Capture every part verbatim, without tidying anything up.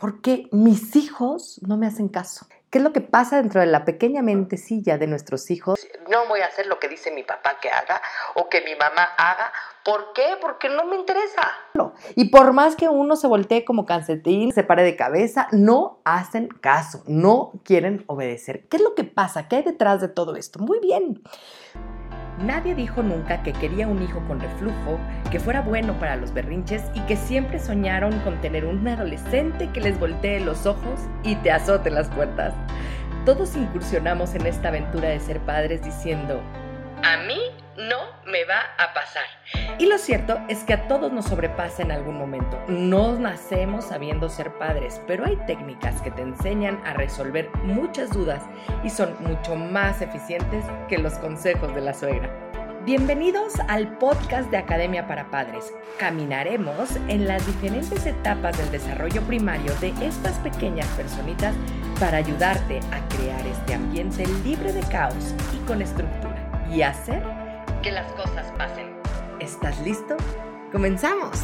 porque mis hijos no me hacen caso. ¿Qué es lo que pasa dentro de la pequeña mentecilla de nuestros hijos? No voy a hacer lo que dice mi papá que haga o que mi mamá haga. ¿Por qué? Porque no me interesa. Y por más que uno se voltee como calcetín, se pare de cabeza, no hacen caso, no quieren obedecer. ¿Qué es lo que pasa? ¿Qué hay detrás de todo esto? Muy bien. Nadie dijo nunca que quería un hijo con reflujo, que fuera bueno para los berrinches y que siempre soñaron con tener un adolescente que les voltee los ojos y te azote las puertas. Todos incursionamos en esta aventura de ser padres diciendo, a mí no me va a pasar. Y lo cierto es que a todos nos sobrepasa en algún momento. No nacemos sabiendo ser padres, pero hay técnicas que te enseñan a resolver muchas dudas y son mucho más eficientes que los consejos de la suegra. Bienvenidos al podcast de Academia para Padres. Caminaremos en las diferentes etapas del desarrollo primario de estas pequeñas personitas para ayudarte a crear este ambiente libre de caos y con estructura y hacer que las cosas pasen. ¿Estás listo? ¡Comenzamos!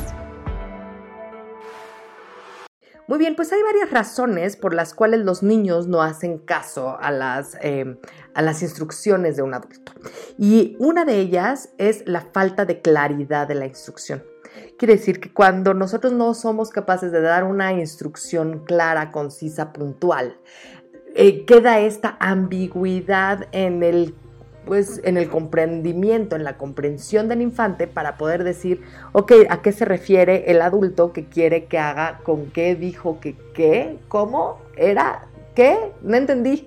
Muy bien, pues hay varias razones por las cuales los niños no hacen caso a las, eh, a las instrucciones de un adulto. Y una de ellas es la falta de claridad de la instrucción. Quiere decir que cuando nosotros no somos capaces de dar una instrucción clara, concisa, puntual, eh, queda esta ambigüedad en el pues en el comprendimiento, en la comprensión del infante para poder decir, ok, ¿a qué se refiere el adulto que quiere que haga, con qué dijo que qué, cómo, era, qué? No entendí.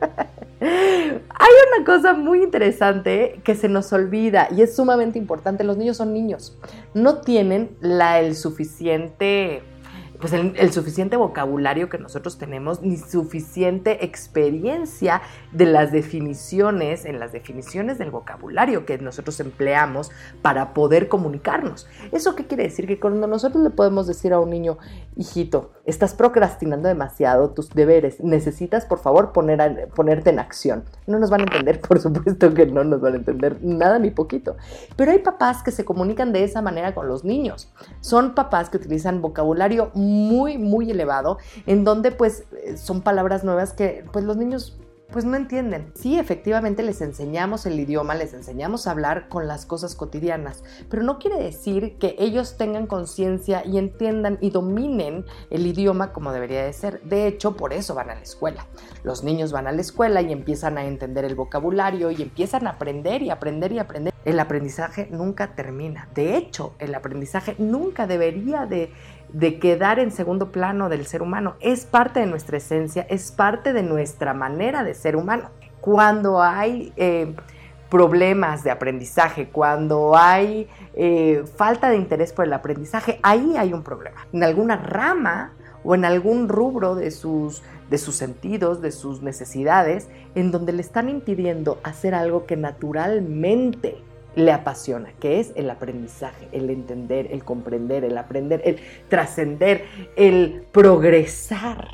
Hay una cosa muy interesante que se nos olvida y es sumamente importante. Los niños son niños, no tienen la, el suficiente... pues el, el suficiente vocabulario que nosotros tenemos, ni suficiente experiencia de las definiciones, en las definiciones del vocabulario que nosotros empleamos para poder comunicarnos. ¿Eso qué quiere decir? Que cuando nosotros le podemos decir a un niño, hijito, estás procrastinando demasiado tus deberes, necesitas por favor poner a, ponerte en acción. No nos van a entender, por supuesto que no nos van a entender nada ni poquito. Pero hay papás que se comunican de esa manera con los niños. Son papás que utilizan vocabulario muy, muy elevado, en donde pues son palabras nuevas que pues los niños pues no entienden. Sí, efectivamente les enseñamos el idioma, les enseñamos a hablar con las cosas cotidianas, pero no quiere decir que ellos tengan conciencia y entiendan y dominen el idioma como debería de ser. De hecho, por eso van a la escuela. Los niños van a la escuela y empiezan a entender el vocabulario y empiezan a aprender y aprender y aprender. El aprendizaje nunca termina. De hecho, el aprendizaje nunca debería de de quedar en segundo plano del ser humano. Es parte de nuestra esencia, es parte de nuestra manera de ser humano. Cuando hay eh, problemas de aprendizaje, cuando hay eh, falta de interés por el aprendizaje, ahí hay un problema. En alguna rama o en algún rubro de sus, de sus sentidos, de sus necesidades, en donde le están impidiendo hacer algo que naturalmente le apasiona, que es el aprendizaje, el entender, el comprender, el aprender, el trascender, el progresar.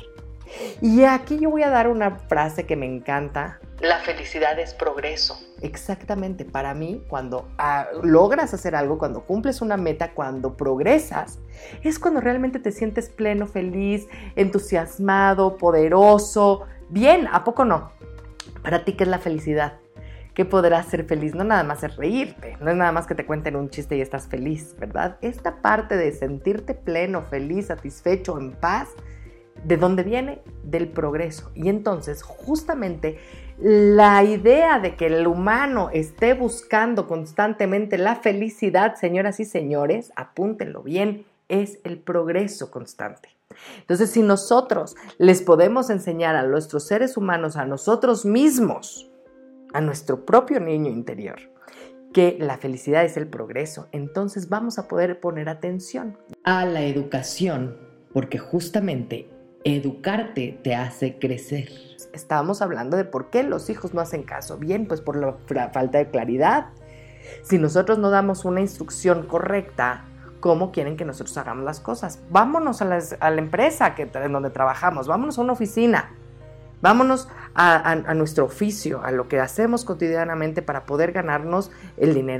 Y aquí yo voy a dar una frase que me encanta. La felicidad es progreso. Exactamente, para mí, cuando ah, logras hacer algo, cuando cumples una meta, cuando progresas, es cuando realmente te sientes pleno, feliz, entusiasmado, poderoso. Bien, ¿a poco no? Para ti, ¿qué es la felicidad? ¿Qué podrás ser feliz? No nada más es reírte, no es nada más que te cuenten un chiste y estás feliz, ¿verdad? Esta parte de sentirte pleno, feliz, satisfecho, en paz, ¿de dónde viene? Del progreso. Y entonces, justamente, la idea de que el humano esté buscando constantemente la felicidad, señoras y señores, apúntenlo bien, es el progreso constante. Entonces, si nosotros les podemos enseñar a nuestros seres humanos, a nosotros mismos, a nuestro propio niño interior, que la felicidad es el progreso, entonces vamos a poder poner atención a la educación, porque justamente educarte te hace crecer. Estábamos hablando de por qué los hijos no hacen caso. Bien, pues por la falta de claridad. Si nosotros no damos una instrucción correcta, ¿cómo quieren que nosotros hagamos las cosas? Vámonos a, las, a la empresa que, en donde trabajamos, vámonos a una oficina. Vámonos a, a, a nuestro oficio, a lo que hacemos cotidianamente para poder ganarnos el dinero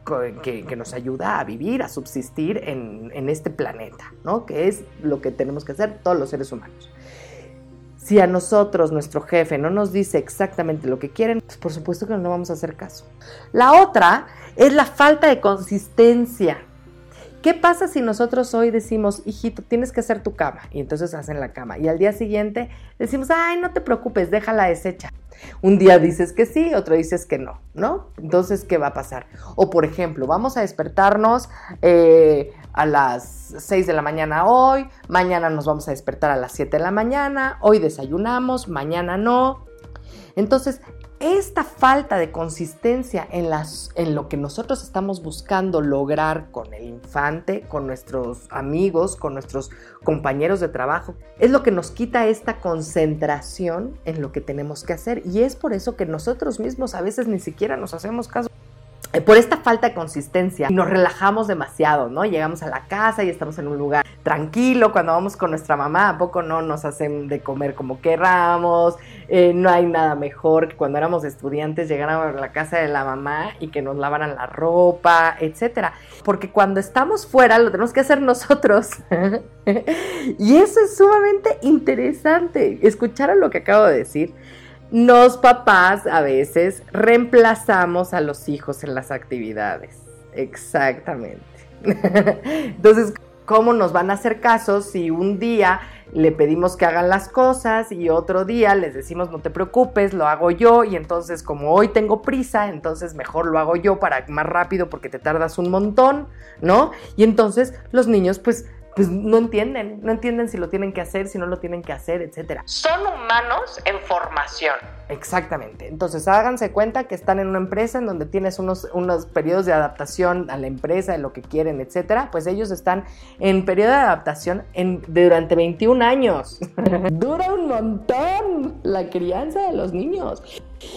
que, que nos ayuda a vivir, a subsistir en, en este planeta, ¿no? Que es lo que tenemos que hacer todos los seres humanos. Si a nosotros, nuestro jefe, no nos dice exactamente lo que quieren, pues por supuesto que no vamos a hacer caso. La otra es la falta de consistencia. ¿Qué pasa si nosotros hoy decimos, hijito, tienes que hacer tu cama? Y entonces hacen la cama. Y al día siguiente decimos, ay, no te preocupes, déjala deshecha. Un día dices que sí, otro dices que no, ¿no? Entonces, ¿qué va a pasar? O, por ejemplo, vamos a despertarnos eh, a las seis de la mañana hoy, mañana nos vamos a despertar a las siete de la mañana, hoy desayunamos, mañana no. Entonces, esta falta de consistencia en, las, en lo que nosotros estamos buscando lograr con el infante, con nuestros amigos, con nuestros compañeros de trabajo, es lo que nos quita esta concentración en lo que tenemos que hacer. Y es por eso que nosotros mismos a veces ni siquiera nos hacemos caso. Por esta falta de consistencia nos relajamos demasiado, ¿no? Llegamos a la casa y estamos en un lugar tranquilo. Cuando vamos con nuestra mamá, ¿a poco no nos hacen de comer como querramos? Eh, no hay nada mejor que cuando éramos estudiantes llegar a la casa de la mamá y que nos lavaran la ropa, etcétera. Porque cuando estamos fuera lo tenemos que hacer nosotros. Y eso es sumamente interesante. Escucharon lo que acabo de decir. Los papás a veces reemplazamos a los hijos en las actividades. Exactamente. Entonces, ¿cómo nos van a hacer caso si un día le pedimos que hagan las cosas y otro día les decimos no te preocupes, lo hago yo, y entonces como hoy tengo prisa, entonces mejor lo hago yo para más rápido porque te tardas un montón, ¿no? Y entonces los niños pues pues no entienden, no entienden si lo tienen que hacer, si no lo tienen que hacer, etcétera. Son humanos en formación. Exactamente. Entonces háganse cuenta que están en una empresa en donde tienes unos, unos periodos de adaptación a la empresa, de lo que quieren, etcétera. Pues ellos están en periodo de adaptación en, durante veintiún años. Dura un montón la crianza de los niños.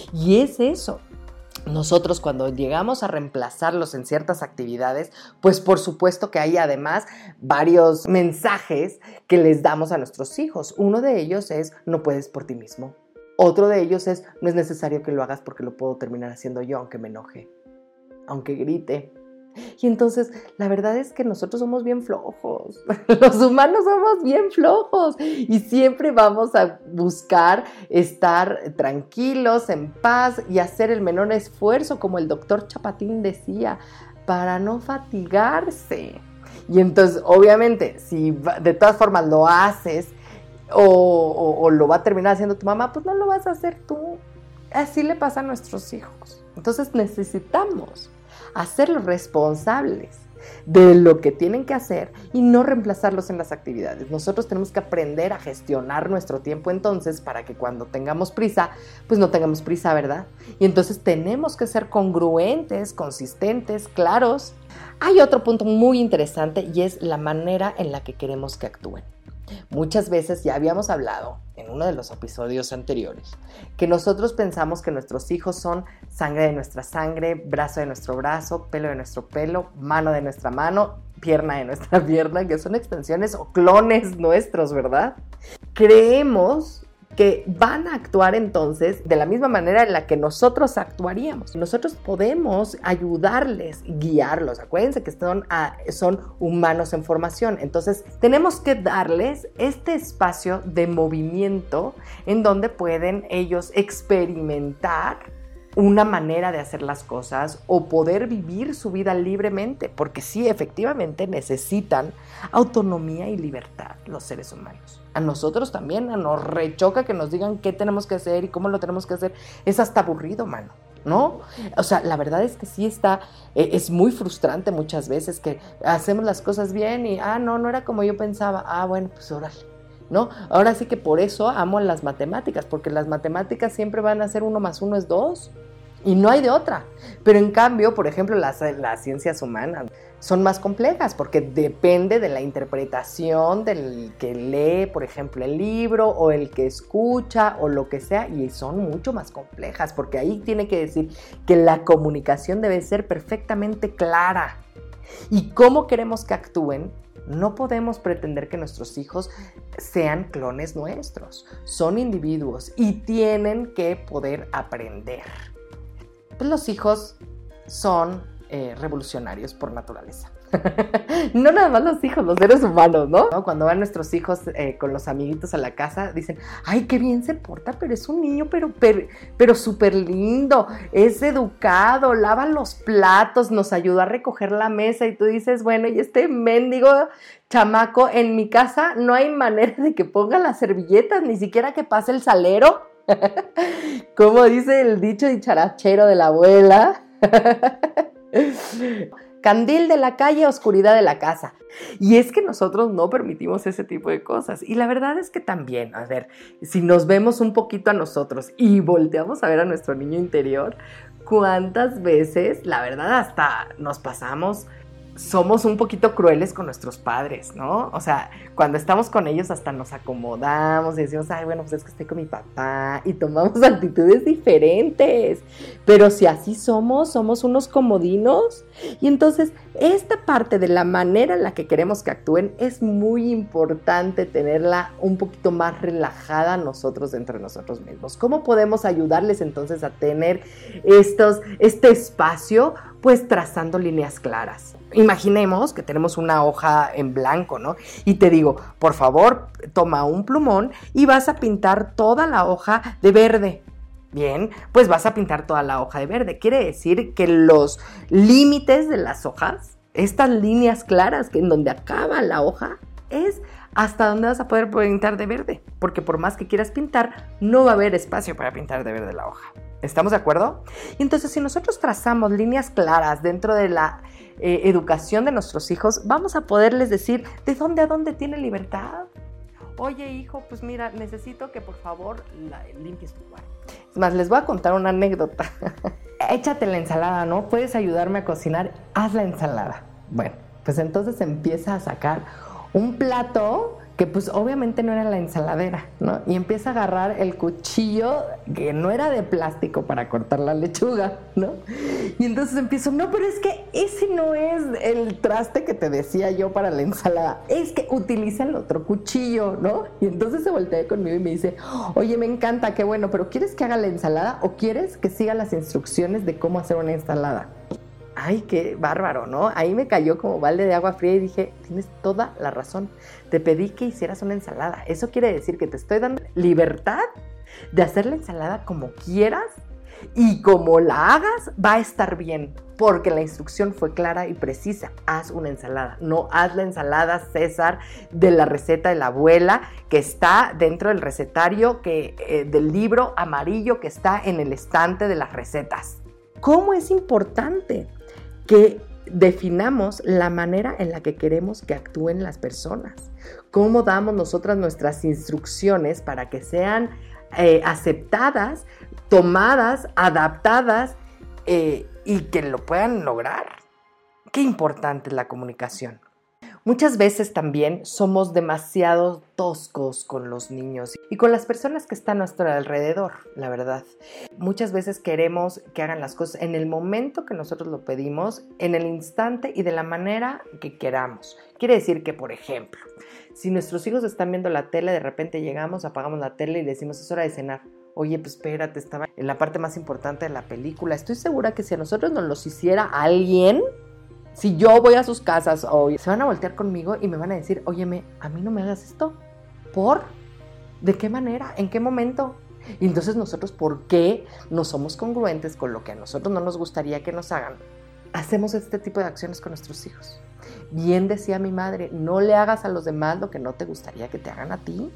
Y es eso. Nosotros cuando llegamos a reemplazarlos en ciertas actividades, pues por supuesto que hay además varios mensajes que les damos a nuestros hijos. Uno de ellos es, no puedes por ti mismo. Otro de ellos es, no es necesario que lo hagas porque lo puedo terminar haciendo yo, aunque me enoje, aunque grite. Y entonces, la verdad es que nosotros somos bien flojos. Los humanos somos bien flojos y siempre vamos a buscar estar tranquilos, en paz y hacer el menor esfuerzo, como el doctor Chapatín decía, para no fatigarse. Y entonces, obviamente, si de todas formas lo haces o, o, o lo va a terminar haciendo tu mamá, pues no lo vas a hacer tú. Así le pasa a nuestros hijos. Entonces necesitamos hacerlos responsables de lo que tienen que hacer y no reemplazarlos en las actividades. Nosotros tenemos que aprender a gestionar nuestro tiempo entonces para que cuando tengamos prisa, pues no tengamos prisa, ¿verdad? Y entonces tenemos que ser congruentes, consistentes, claros. Hay otro punto muy interesante y es la manera en la que queremos que actúen. Muchas veces ya habíamos hablado en uno de los episodios anteriores que nosotros pensamos que nuestros hijos son sangre de nuestra sangre, brazo de nuestro brazo, pelo de nuestro pelo, mano de nuestra mano, pierna de nuestra pierna, que son extensiones o clones nuestros, ¿verdad? Creemos que van a actuar entonces de la misma manera en la que nosotros actuaríamos. Nosotros podemos ayudarles, guiarlos. Acuérdense que son, son humanos en formación. Entonces tenemos que darles este espacio de movimiento en donde pueden ellos experimentar una manera de hacer las cosas o poder vivir su vida libremente, porque sí, efectivamente necesitan autonomía y libertad los seres humanos. A nosotros también nos rechoca que nos digan qué tenemos que hacer y cómo lo tenemos que hacer. Es hasta aburrido, mano, ¿no? O sea, la verdad es que sí está, eh, es muy frustrante muchas veces que hacemos las cosas bien y, ah, no, no era como yo pensaba. Ah, bueno, pues órale, ¿no? Ahora sí que por eso amo las matemáticas, porque las matemáticas siempre van a ser uno más uno es dos. Y no hay de otra. Pero en cambio, por ejemplo, las, las ciencias humanas son más complejas porque depende de la interpretación del que lee, por ejemplo, el libro o el que escucha o lo que sea, y son mucho más complejas porque ahí tiene que decir que la comunicación debe ser perfectamente clara. ¿Y cómo queremos que actúen? No podemos pretender que nuestros hijos sean clones nuestros. Son individuos y tienen que poder aprender. Pues los hijos son eh, revolucionarios por naturaleza. No nada más los hijos, los seres humanos, ¿no? ¿No? Cuando van nuestros hijos eh, con los amiguitos a la casa, dicen, ay, qué bien se porta, pero es un niño, pero, pero, pero súper lindo, es educado, lava los platos, nos ayuda a recoger la mesa, y tú dices, bueno, y este mendigo chamaco, en mi casa no hay manera de que ponga las servilletas, ni siquiera que pase el salero. Como dice el dicho dicharachero de la abuela. Candil de la calle, oscuridad de la casa. Y es que nosotros no permitimos ese tipo de cosas. Y la verdad es que también, a ver, si nos vemos un poquito a nosotros y volteamos a ver a nuestro niño interior, ¿cuántas veces, la verdad, hasta nos pasamos, somos un poquito crueles con nuestros padres, ¿no? O sea, cuando estamos con ellos hasta nos acomodamos y decimos, ay, bueno, pues es que estoy con mi papá, y tomamos actitudes diferentes. Pero si así somos, somos unos comodinos. Y entonces, esta parte de la manera en la que queremos que actúen es muy importante tenerla un poquito más relajada nosotros dentro de nosotros mismos. ¿Cómo podemos ayudarles entonces a tener estos, este espacio? Pues trazando líneas claras. Imaginemos que tenemos una hoja en blanco, ¿no? Y te digo, por favor, toma un plumón y vas a pintar toda la hoja de verde. Bien, pues vas a pintar toda la hoja de verde. Quiere decir que los límites de las hojas, estas líneas claras que en donde acaba la hoja, es hasta donde vas a poder pintar de verde. Porque por más que quieras pintar, no va a haber espacio para pintar de verde la hoja. ¿Estamos de acuerdo? Y entonces, si nosotros trazamos líneas claras dentro de la eh, educación de nuestros hijos, vamos a poderles decir de dónde a dónde tiene libertad. Oye, hijo, pues mira, necesito que por favor la, limpies tu cuarto. Es más, les voy a contar una anécdota. Échate la ensalada, ¿no? ¿Puedes ayudarme a cocinar? Haz la ensalada. Bueno, pues entonces empieza a sacar un plato que pues obviamente no era la ensaladera, ¿no? Y empieza a agarrar el cuchillo que no era de plástico para cortar la lechuga, ¿no? Y entonces empiezo, no, pero es que ese no es el traste que te decía yo para la ensalada, es que utiliza el otro cuchillo, ¿no? Y entonces se voltea conmigo y me dice, oye, me encanta, qué bueno, pero ¿quieres que haga la ensalada o quieres que siga las instrucciones de cómo hacer una ensalada? Ay, qué bárbaro, ¿no? Ahí me cayó como balde de agua fría y dije, tienes toda la razón. Te pedí que hicieras una ensalada. Eso quiere decir que te estoy dando libertad de hacer la ensalada como quieras y como la hagas va a estar bien, porque la instrucción fue clara y precisa. Haz una ensalada. No haz la ensalada, César, de la receta de la abuela que está dentro del recetario, que, eh, del libro amarillo que está en el estante de las recetas. ¿Cómo es importante que definamos la manera en la que queremos que actúen las personas? ¿Cómo damos nosotras nuestras instrucciones para que sean eh, aceptadas, tomadas, adaptadas eh, y que lo puedan lograr? Qué importante es la comunicación. Muchas veces también somos demasiado toscos con los niños y con las personas que están a nuestro alrededor, la verdad. Muchas veces queremos que hagan las cosas en el momento que nosotros lo pedimos, en el instante y de la manera que queramos. Quiere decir que, por ejemplo, si nuestros hijos están viendo la tele, de repente llegamos, apagamos la tele y le decimos, es hora de cenar. Oye, pues espérate, estaba en la parte más importante de la película. Estoy segura que si a nosotros nos los hiciera alguien, si yo voy a sus casas hoy, se van a voltear conmigo y me van a decir, óyeme, a mí no me hagas esto. ¿Por? ¿De qué manera? ¿En qué momento? Y entonces nosotros, ¿por qué no somos congruentes con lo que a nosotros no nos gustaría que nos hagan? Hacemos este tipo de acciones con nuestros hijos. Bien decía mi madre, no le hagas a los demás lo que no te gustaría que te hagan a ti.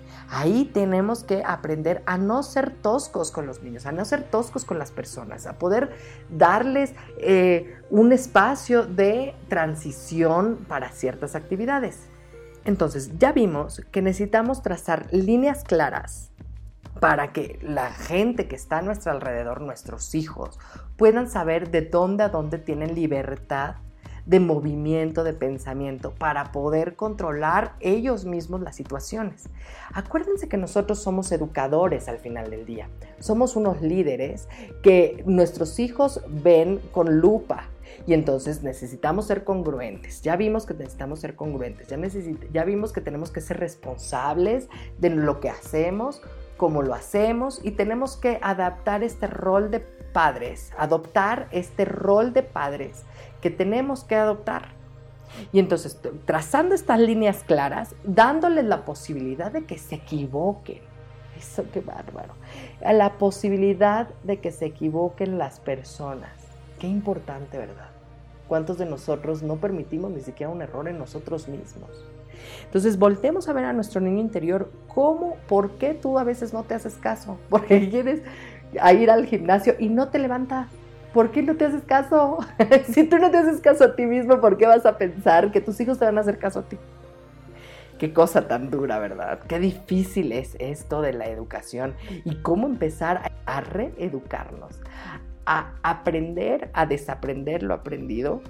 Ahí tenemos que aprender a no ser toscos con los niños, a no ser toscos con las personas, a poder darles eh, un espacio de transición para ciertas actividades. Entonces, ya vimos que necesitamos trazar líneas claras para que la gente que está a nuestro alrededor, nuestros hijos, puedan saber de dónde a dónde tienen libertad de movimiento, de pensamiento, para poder controlar ellos mismos las situaciones. Acuérdense que nosotros somos educadores al final del día. Somos unos líderes que nuestros hijos ven con lupa y entonces necesitamos ser congruentes. Ya vimos que necesitamos ser congruentes. Ya, necesit- ya vimos que tenemos que ser responsables de lo que hacemos, cómo lo hacemos y tenemos que adaptar este rol de padres, adoptar este rol de padres que tenemos que adoptar. Y entonces, trazando estas líneas claras, dándoles la posibilidad de que se equivoquen. Eso, qué bárbaro. La posibilidad de que se equivoquen las personas. Qué importante, ¿verdad? ¿Cuántos de nosotros no permitimos ni siquiera un error en nosotros mismos? Entonces, voltemos a ver a nuestro niño interior. ¿Cómo? ¿Por qué tú a veces no te haces caso? Porque quieres ir al gimnasio y no te levanta. ¿Por qué no te haces caso? Si tú no te haces caso a ti mismo, ¿por qué vas a pensar que tus hijos te van a hacer caso a ti? Qué cosa tan dura, ¿verdad? Qué difícil es esto de la educación y cómo empezar a reeducarnos, a aprender a desaprender lo aprendido.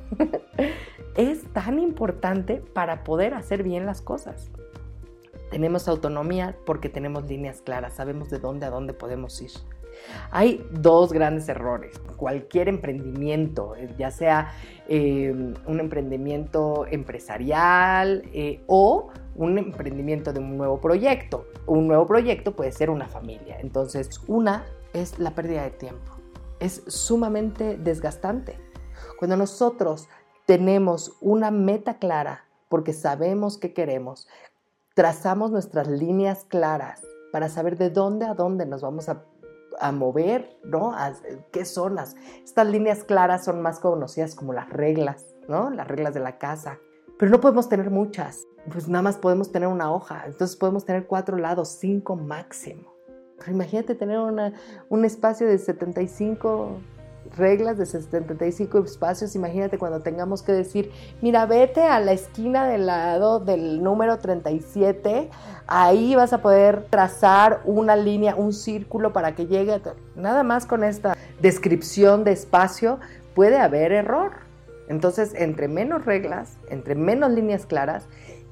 Es tan importante para poder hacer bien las cosas. Tenemos autonomía porque tenemos líneas claras, sabemos de dónde a dónde podemos ir. Hay dos grandes errores. Cualquier emprendimiento, ya sea eh, un emprendimiento empresarial eh, o un emprendimiento de un nuevo proyecto. Un nuevo proyecto puede ser una familia. Entonces, una es la pérdida de tiempo. Es sumamente desgastante. Cuando nosotros tenemos una meta clara, porque sabemos qué queremos, trazamos nuestras líneas claras para saber de dónde a dónde nos vamos a a mover, ¿no? A qué zonas. Estas líneas claras son más conocidas como las reglas, ¿no? Las reglas de la casa. Pero no podemos tener muchas. Pues nada más podemos tener una hoja. Entonces podemos tener cuatro lados, cinco máximo. Pero imagínate tener una, un espacio de setenta y cinco reglas, de setenta y cinco espacios. Imagínate cuando tengamos que decir, mira, vete a la esquina del lado del número treinta y siete, ahí vas a poder trazar una línea, un círculo para que llegue a... Nada más con esta descripción de espacio puede haber error. Entonces, entre menos reglas, entre menos líneas claras,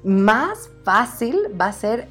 más fácil va a ser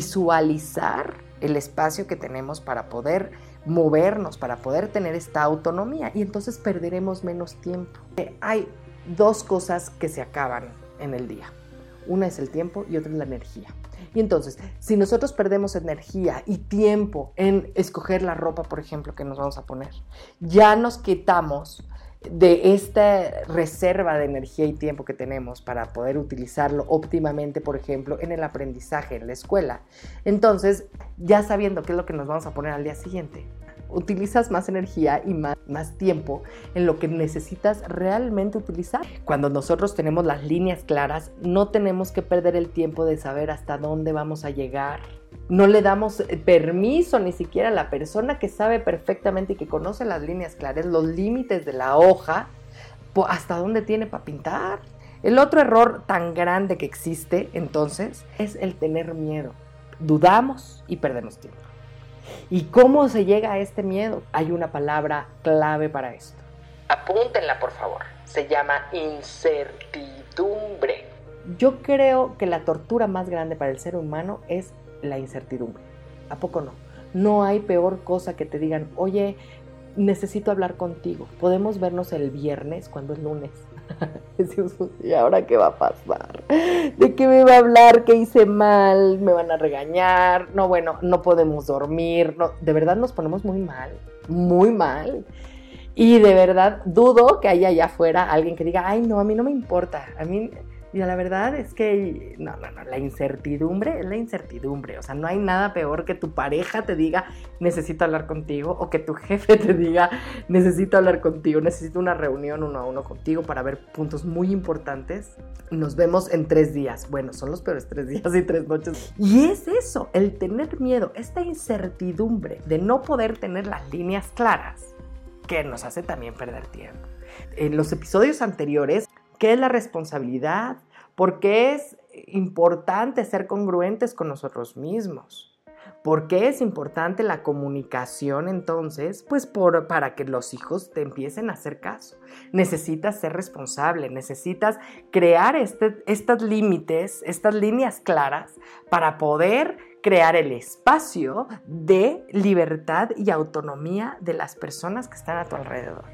visualizar el espacio que tenemos para poder movernos, para poder tener esta autonomía, y entonces perderemos menos tiempo. Hay dos cosas que se acaban en el día. Una es el tiempo y otra es la energía. Y entonces, si nosotros perdemos energía y tiempo en escoger la ropa, por ejemplo, que nos vamos a poner, ya nos quitamos de esta reserva de energía y tiempo que tenemos para poder utilizarlo óptimamente, por ejemplo, en el aprendizaje, en la escuela. Entonces, ya sabiendo qué es lo que nos vamos a poner al día siguiente, utilizas más energía y más, más tiempo en lo que necesitas realmente utilizar. Cuando nosotros tenemos las líneas claras, no tenemos que perder el tiempo de saber hasta dónde vamos a llegar. No le damos permiso ni siquiera a la persona que sabe perfectamente y que conoce las líneas claras, los límites de la hoja, hasta dónde tiene para pintar. El otro error tan grande que existe, entonces, es el tener miedo. Dudamos y perdemos tiempo. ¿Y cómo se llega a este miedo? Hay una palabra clave para esto. Apúntenla, por favor. Se llama incertidumbre. Yo creo que la tortura más grande para el ser humano es la incertidumbre. ¿A poco no? No hay peor cosa que te digan, oye, necesito hablar contigo. Podemos vernos el viernes cuando es lunes. Decimos, ¿y ahora qué va a pasar? ¿De qué me va a hablar? ¿Qué hice mal? ¿Me van a regañar? No, bueno, no podemos dormir. No, de verdad nos ponemos muy mal, muy mal. Y de verdad dudo que haya allá afuera alguien que diga, ay, no, a mí no me importa. A mí... Y la verdad es que, no, no, no, la incertidumbre es la incertidumbre. O sea, no hay nada peor que tu pareja te diga, necesito hablar contigo, o que tu jefe te diga, necesito hablar contigo, necesito una reunión uno a uno contigo para ver puntos muy importantes. Nos vemos en tres días. Bueno, son los peores tres días y tres noches. Y es eso, el tener miedo, esta incertidumbre de no poder tener las líneas claras, que nos hace también perder tiempo. En los episodios anteriores, ¿qué es la responsabilidad? ¿Por qué es importante ser congruentes con nosotros mismos? ¿Por qué es importante la comunicación entonces? Pues por, para que los hijos te empiecen a hacer caso. Necesitas ser responsable, necesitas crear este, estos límites, estas líneas claras para poder crear el espacio de libertad y autonomía de las personas que están a tu alrededor.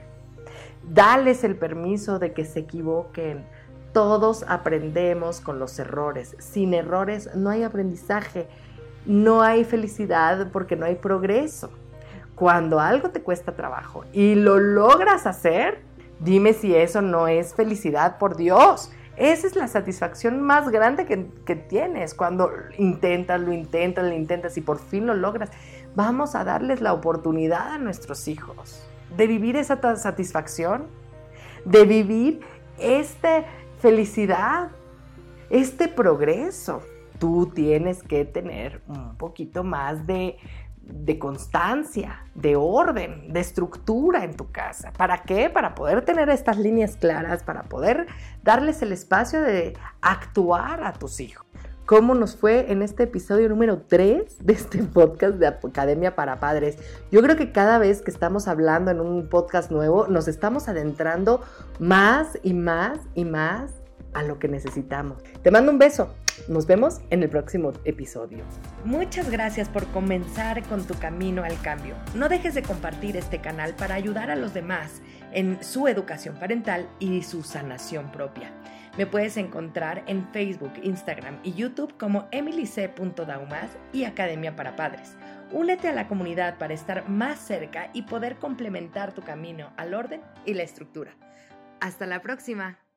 Dales el permiso de que se equivoquen. Todos aprendemos con los errores. Sin errores no hay aprendizaje, no hay felicidad porque no hay progreso. cuando algo te cuesta trabajo y lo logras hacer, dime si eso no es felicidad, por Dios. Esa es la satisfacción más grande que, que tienes cuando intentas, lo intentas, lo intentas y por fin lo logras. Vamos a darles la oportunidad a nuestros hijos de vivir esa satisfacción, de vivir esta felicidad, este progreso. Tú tienes que tener un poquito más de, de constancia, de orden, de estructura en tu casa. ¿Para qué? Para poder tener estas líneas claras, para poder darles el espacio de actuar a tus hijos. ¿Cómo nos fue en este episodio número tres de este podcast de Academia para Padres? Yo creo que cada vez que estamos hablando en un podcast nuevo, nos estamos adentrando más y más y más a lo que necesitamos. Te mando un beso. Nos vemos en el próximo episodio. Muchas gracias por comenzar con tu camino al cambio. No dejes de compartir este canal para ayudar a los demás en su educación parental y su sanación propia. Me puedes encontrar en Facebook, Instagram y YouTube como emily c punto daumas y Academia para Padres. Únete a la comunidad para estar más cerca y poder complementar tu camino al orden y la estructura. Hasta la próxima.